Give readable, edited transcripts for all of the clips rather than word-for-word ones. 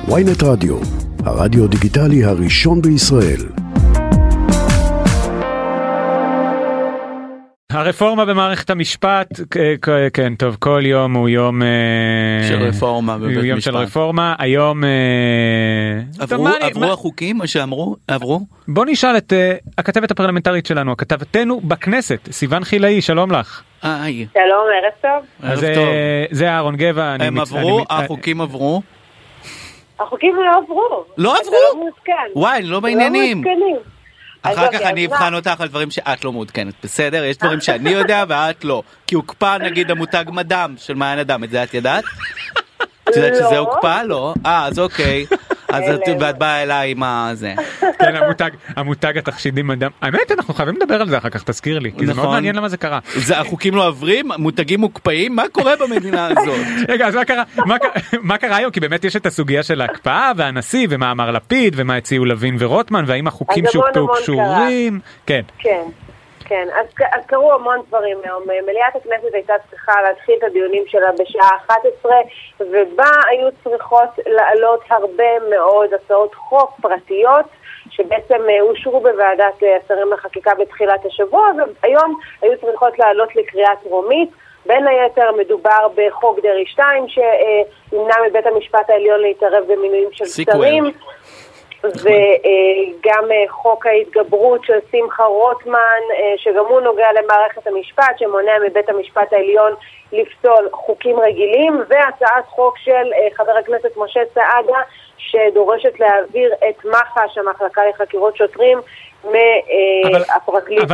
ynet רדיו, הרדיו דיגיטלי הראשון בישראל. הרפורמה במערכת המשפט, כן, טוב, כל יום הוא יום של רפורמה בבית משפט. יום של רפורמה, היום... עברו החוקים, מה שאמרו? עברו? בוא נשאל את הכתבת הפרלמנטרית שלנו, הכתבתנו בכנסת, סיוון חילאי, שלום לך. שלום, ערב טוב. ערב טוב. זה אהרון גבע. הם עברו? החוקים עברו? החוקים לא עברו. לא עברו? אתה לא מעודכן. וואי, לא בעניינים. לא מעודכנים. אחר כך אני אבחן אותך על דברים שאת לא מעודכנת, בסדר? יש דברים שאני יודע ואת לא. כי הוקפא נגיד המותג מדם של מעיין אדם, את זה את ידעת? את יודעת שזה הוקפא? לא? אז אוקיי. אז את באה אליי עם זה. כן, המותג התכשידים מדם. האמת, אנחנו חייבים לדבר על זה אחר כך, תזכיר לי. כי זה מאוד מעניין למה זה קרה. החוקים לא עוברים, מותגים מוקפאים, מה קורה במדינה הזאת? רגע, אז מה קרה היום? כי באמת יש את הסוגיה של ההקפאה והנשיא ומה אמר לפיד ומה הציעו לוין ורוטמן והאם החוקים שהוקפאו קשורים. כן. כן, אז קרו המון דברים היום. מליאת הכנסת הייתה צריכה להתחיל את הדיונים שלה בשעה 11, ובה היו צריכות לעלות הרבה מאוד הצעות חוק פרטיות, שבעצם אושרו בוועדת השרים לחקיקה בתחילת השבוע, והיום היו צריכות לעלות לקריאה טרומית. בין היתר מדובר בחוק דרעי 2, שימנע מבית המשפט העליון להתערב במינויים של שרים. וגם חוק ההתגברות של שמחה רוטמן, שגם הוא נוגע למערכת המשפט, שמונע מבית המשפט העליון לפסול חוקים רגילים, והצעת חוק של חבר הכנסת משה סעדה, שדורשת להעביר את מח"ש, המחלקה לחקירות שוטרים, מהפרקליטות. אבל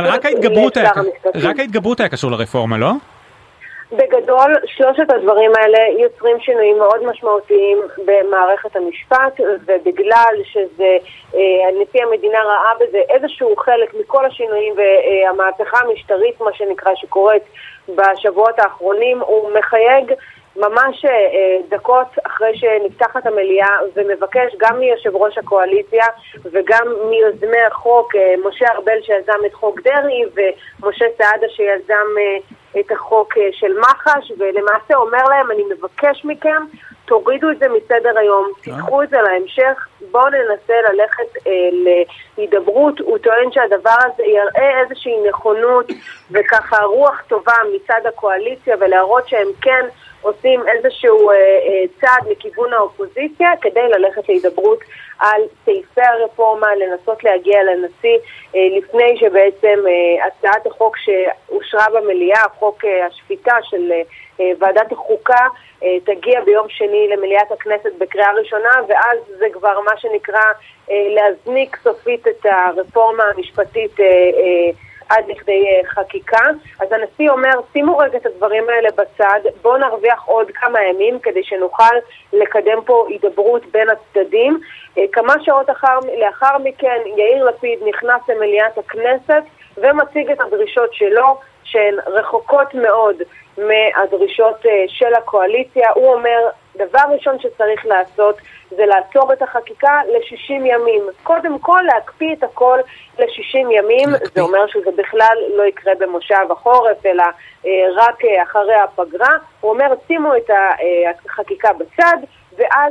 רק ההתגברות היה קשור לרפורמה, לא? בגדול, שלושת הדברים האלה יוצרים שינויים מאוד משמעותיים במערכת המשפט, ובגלל שזה, נשיא המדינה ראה בזה איזשהו חלק מכל השינויים והמהפכה המשטרית, מה שנקרא, שקורית בשבועות האחרונים, הוא מחייג ממש דקות אחרי שנפתחת המליאה ומבקש גם מיושב ראש הקואליציה וגם מיוזמי החוק, משה ארבל שיזם את חוק דרעי ומשה סעדה שיזם את החוק של מח"ש, ולמעשה אומר להם, אני מבקש מכם, תורידו את זה מסדר היום, תיקחו את זה להמשך, בואו ננסה ללכת להידברות. הוא טוען שהדבר הזה יראה איזושהי נכונות וככה רוח טובה מצד הקואליציה, ולהראות שהם כן עושים איזשהו צעד מכיוון האופוזיציה כדי ללכת להידברות על סעיפי הרפורמה, לנסות להגיע לנשיא לפני שבעצם הצעת החוק שאושרה במליאה, חוק השפיטה של ועדת החוקה, תגיע ביום שני למליאת הכנסת בקריאה ראשונה, ואז זה כבר מה שנקרא להזניק סופית את הרפורמה המשפטית עד לכדי חקיקה. אז הנשיא אומר, שימו רגע את הדברים האלה בצד, בואו נרוויח עוד כמה ימים כדי שנוכל לקדם פה הידברות בין הצדדים. כמה שעות לאחר מכן יאיר לפיד נכנס למליאת הכנסת ומציג את הדרישות שלו, שהן רחוקות מאוד מהדרישות של הקואליציה. הוא אומר, דבר ראשון שצריך לעשות זה לעצור את החקיקה ל-60 ימים. קודם כל להקפיא את הכל ל-60 ימים, זה אומר שזה בכלל לא יקרה במושב החורף, אלא רק אחרי הפגרה. הוא אומר, שימו את החקיקה בצד, ואז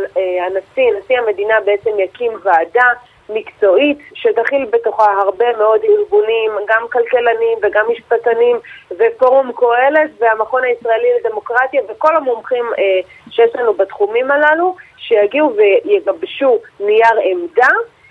נשיא המדינה בעצם יקים ועדה מקצועית שתכיל בתוכה הרבה מאוד ארגונים, גם כלכלנים וגם משפטנים ופורום קהלת והמכון הישראלי לדמוקרטיה וכל המומחים שיש לנו בתחומים הללו, שיגיעו ויגבשו נייר עמדה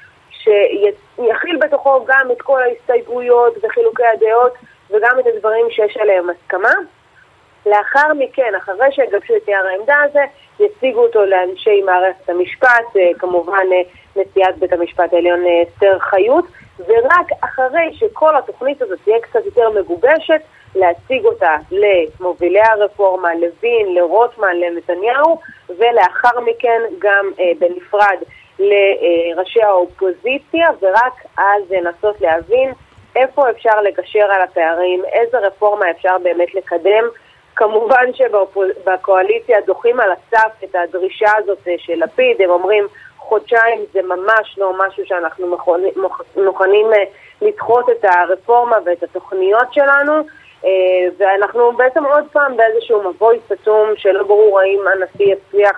שיכיל בתוכו גם את כל ההסתייגויות וחילוקי הדעות וגם את הדברים שיש עליהם הסכמה. לאחר מכן, אחרי שיגבשו את נייר העמדה הזה, יציגו אותו לאנשי מערכת המשפט, כמובן נשיאת בית המשפט העליון אסתר חיות, ורק אחרי שכל התוכנית הזאת תהיה קצת יותר מגובשת, להציג אותה למובילי הרפורמה, לוין, לרוטמן, לנתניהו, ולאחר מכן גם בנפרד לראשי האופוזיציה, ורק אז לנסות להבין איפה אפשר לגשר על הפערים, איזה רפורמה אפשר באמת לקדם. כמובן שבקואליציה דוחים על הסף את הדרישה הזאת של לפיד, הם אומרים חודשיים זה ממש לא משהו שאנחנו מוכנים לדחות את הרפורמה ואת התוכניות שלנו, ואנחנו בעצם עוד פעם באיזשהו מבוי סתום שלא ברור האם הנשיא יצליח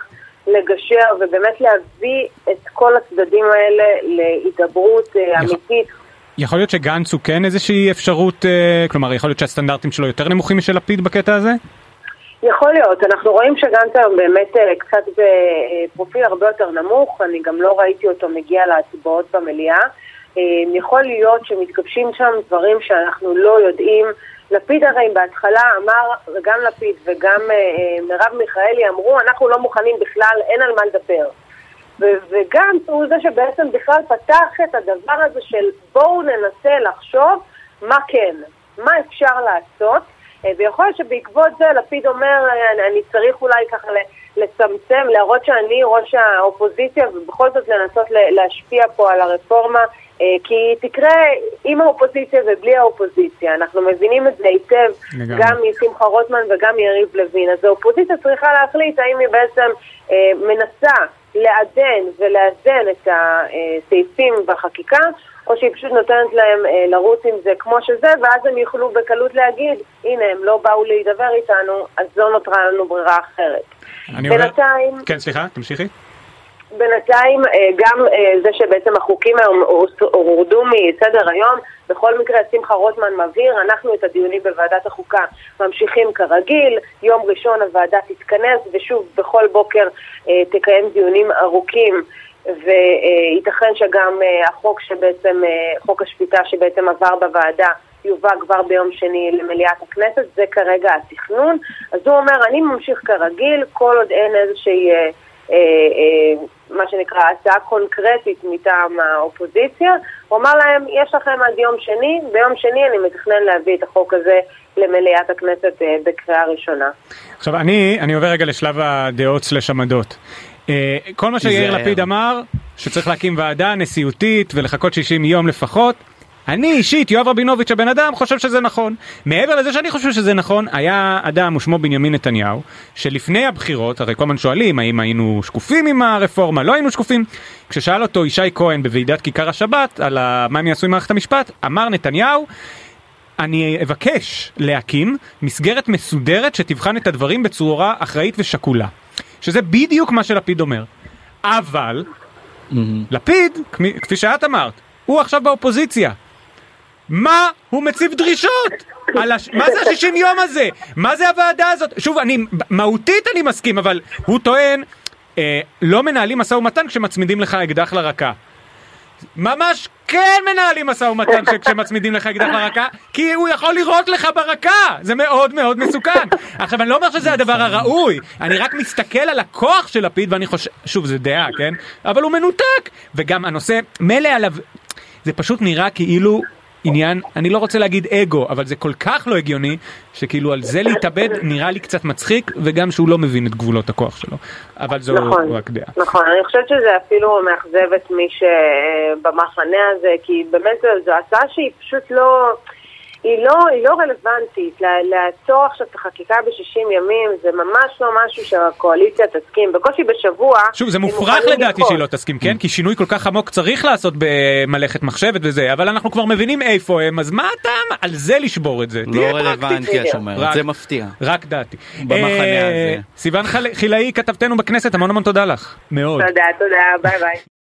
לגשר ובאמת להביא את כל הצדדים האלה להידברות אמיתית. יכול להיות שגנץ הוא כן איזושהי אפשרות, כלומר יכול להיות שהסטנדרטים שלו יותר נמוכים משל לפיד בקטע הזה? יכול להיות, אנחנו רואים שגנץ היום באמת קצת בפרופיל הרבה יותר נמוך, אני גם לא ראיתי אותו מגיע להצבעות במליאה. יכול להיות שמתגבשים שם דברים שאנחנו לא יודעים. לפיד הרי בהתחלה אמר, וגם לפיד וגם מרב מיכאלי אמרו, אנחנו לא מוכנים בכלל, אין על מה לדבר. וגנץ הוא זה שבעצם בכלל פתח את הדבר הזה של בואו ננסה לחשוב מה כן, מה אפשר לעשות, ויכול להיות שבעקבות זה לפיד אומר, אני צריך אולי ככה לצמצם, להראות שאני ראש האופוזיציה, ובכל זאת לנסות להשפיע פה על הרפורמה, כי תקרה עם האופוזיציה ובלי האופוזיציה. אנחנו מבינים את זה היטב, גם משמחה רוטמן וגם יריב לוין. אז האופוזיציה צריכה להחליט האם היא בעצם מנסה לעדן ולאזן את הסעיפים בחקיקה, או שהיא פשוט נותנת להם לרוץ עם זה כמו שזה, ואז הם יוכלו בקלות להגיד, הנה, הם לא באו להידבר איתנו, אז לא נותרה לנו ברירה אחרת. בינתיים... כן, סליחה, תמשיכי. בינתיים גם זה שבעצם החוקים הורדו מסדר היום, בכל מקרה שמחה רוטמן מבהיר, אנחנו את הדיונים בוועדת החוקה ממשיכים כרגיל, יום ראשון הוועדה תתכנס ושוב בכל בוקר תקיים דיונים ארוכים, וייתכן שגם החוק שבעצם, חוק השפיטה שבעצם עבר בוועדה יובא כבר ביום שני למליאת הכנסת, זה כרגע התכנון. אז הוא אומר, אני ממשיך כרגיל, כל עוד אין איזושהי מה שנקרא הצעה קונקרטית מטעם האופוזיציה. הוא אמר להם, יש לכם עד יום שני, ביום שני אני מתכנן להביא את החוק הזה למליאת הכנסת בקריאה ראשונה. עכשיו אני עובר רגע לשלב הדעות סלש עמדות. כל מה שיאיר לפיד אמר, שצריך להקים ועדה נשיאותית ולחכות 60 יום לפחות, אני אישית, יואב רבינוביץ' הבן אדם, חושב שזה נכון. מעבר לזה שאני חושב שזה נכון, היה אדם ושמו בנימין נתניהו, שלפני הבחירות, הרי כל הזמן שואלים האם היינו שקופים עם הרפורמה, לא היינו שקופים. כששאל אותו ישי כהן בוועידת כיכר השבת על מה הם יעשו עם מערכת המשפט, אמר נתניהו, אני אבקש להקים מסגרת מסודרת שתבחן את הדברים בצורה אחראית ושקולה. שזה בדיוק מה שלפיד אומר. אבל, לפיד, כפי שאת אמרת, הוא עכשיו באופוזיציה. מה הוא מציב דרישות? מה זה ה-60 יום הזה? מה זה הוועדה הזאת? שוב, מהותית אני מסכים, אבל הוא טוען, לא מנהלים משא ומתן כשמצמידים לך אקדח לרקה. ממש כן מנהלים משא ומתן כשמצמידים לך אקדח לרקה, כי הוא יכול לירות לך ברקה. זה מאוד מאוד מסוכן. עכשיו, אני לא אומר שזה הדבר הראוי, אני רק מסתכל על הכוח של לפיד, ואני חושב, שוב, זה דעה, כן? אבל הוא מנותק. וגם הנושא מלא עליו, זה פשוט נראה כאילו עניין, אני לא רוצה להגיד אגו, אבל זה כל כך לא הגיוני, שכאילו על זה להתאבד נראה לי קצת מצחיק, וגם שהוא לא מבין את גבולות הכוח שלו. אבל זו רק דעה. נכון, אני חושבת שזה אפילו מאכזב את מי שבמחנה הזה, כי באמת זו הצעה שהיא פשוט לא... היא לא רלוונטית. לעצור עכשיו את החקיקה ב-60 ימים, זה ממש לא משהו שהקואליציה תסכים. בקושי בשבוע... שוב, זה מופרך לדעתי שהיא לא תסכים, כן? כי שינוי כל כך עמוק צריך לעשות במלאכת מחשבת וזה, אבל אנחנו כבר מבינים איפה הם, אז מה אתה על זה לשבור את זה? לא רלוונטי, את אומרת, זה מפתיע. רק דעתי. במחנה הזה. סיוון חילאי, כתבתנו בכנסת, המון המון תודה לך. מאוד. תודה, ביי ביי.